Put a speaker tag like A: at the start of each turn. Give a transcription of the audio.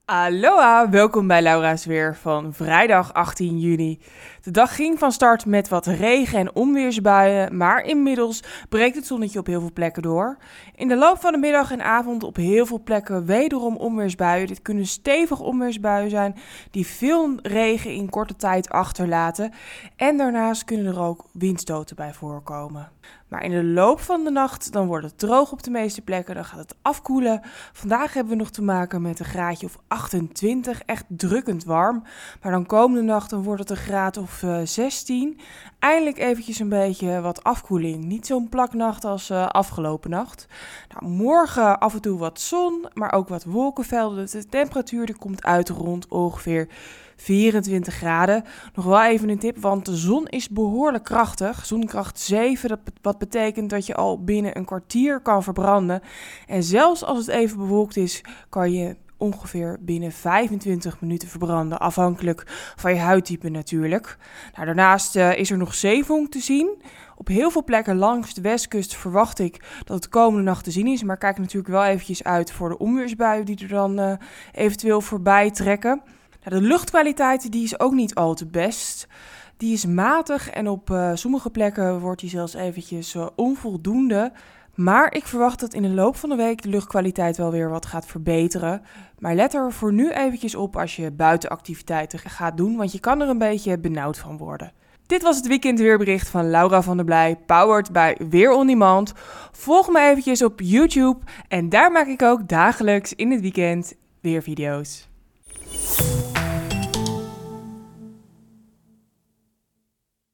A: Aloha, welkom bij Laura's Weer van vrijdag 18 juni. De dag ging van start met wat regen- en onweersbuien, maar inmiddels breekt het zonnetje op heel veel plekken door. In de loop van de middag en avond op heel veel plekken wederom onweersbuien. Dit kunnen stevige onweersbuien zijn die veel regen in korte tijd achterlaten. En daarnaast kunnen er ook windstoten bij voorkomen. Maar in de loop van de nacht dan wordt het droog op de meeste plekken, dan gaat het afkoelen. Vandaag hebben we nog te maken met een graadje of 28, echt drukkend warm. Maar dan komende nacht dan wordt het een graad of 16. Eindelijk eventjes een beetje wat afkoeling. Niet zo'n plaknacht als afgelopen nacht. Nou, morgen af en toe wat zon, maar ook wat wolkenvelden. De temperatuur die komt uit rond ongeveer 24 graden. Nog wel even een tip, want de zon is behoorlijk krachtig. Zonkracht 7, wat betekent dat je al binnen een kwartier kan verbranden. En zelfs als het even bewolkt is, kan je ongeveer binnen 25 minuten verbranden. Afhankelijk van je huidtype natuurlijk. Nou, daarnaast is er nog zeevonk te zien. Op heel veel plekken langs de westkust verwacht ik dat het komende nacht te zien is. Maar kijk natuurlijk wel eventjes uit voor de onweersbuien die er dan eventueel voorbij trekken. Nou, de luchtkwaliteit die is ook niet al te best. Die is matig en op sommige plekken wordt die zelfs eventjes onvoldoende. Maar ik verwacht dat in de loop van de week de luchtkwaliteit wel weer wat gaat verbeteren. Maar let er voor nu eventjes op als je buitenactiviteiten gaat doen, want je kan er een beetje benauwd van worden. Dit was het weekendweerbericht van Laura van der Blij, powered bij Weer On Demand. Volg me eventjes op YouTube en daar maak ik ook dagelijks in het weekend weer video's.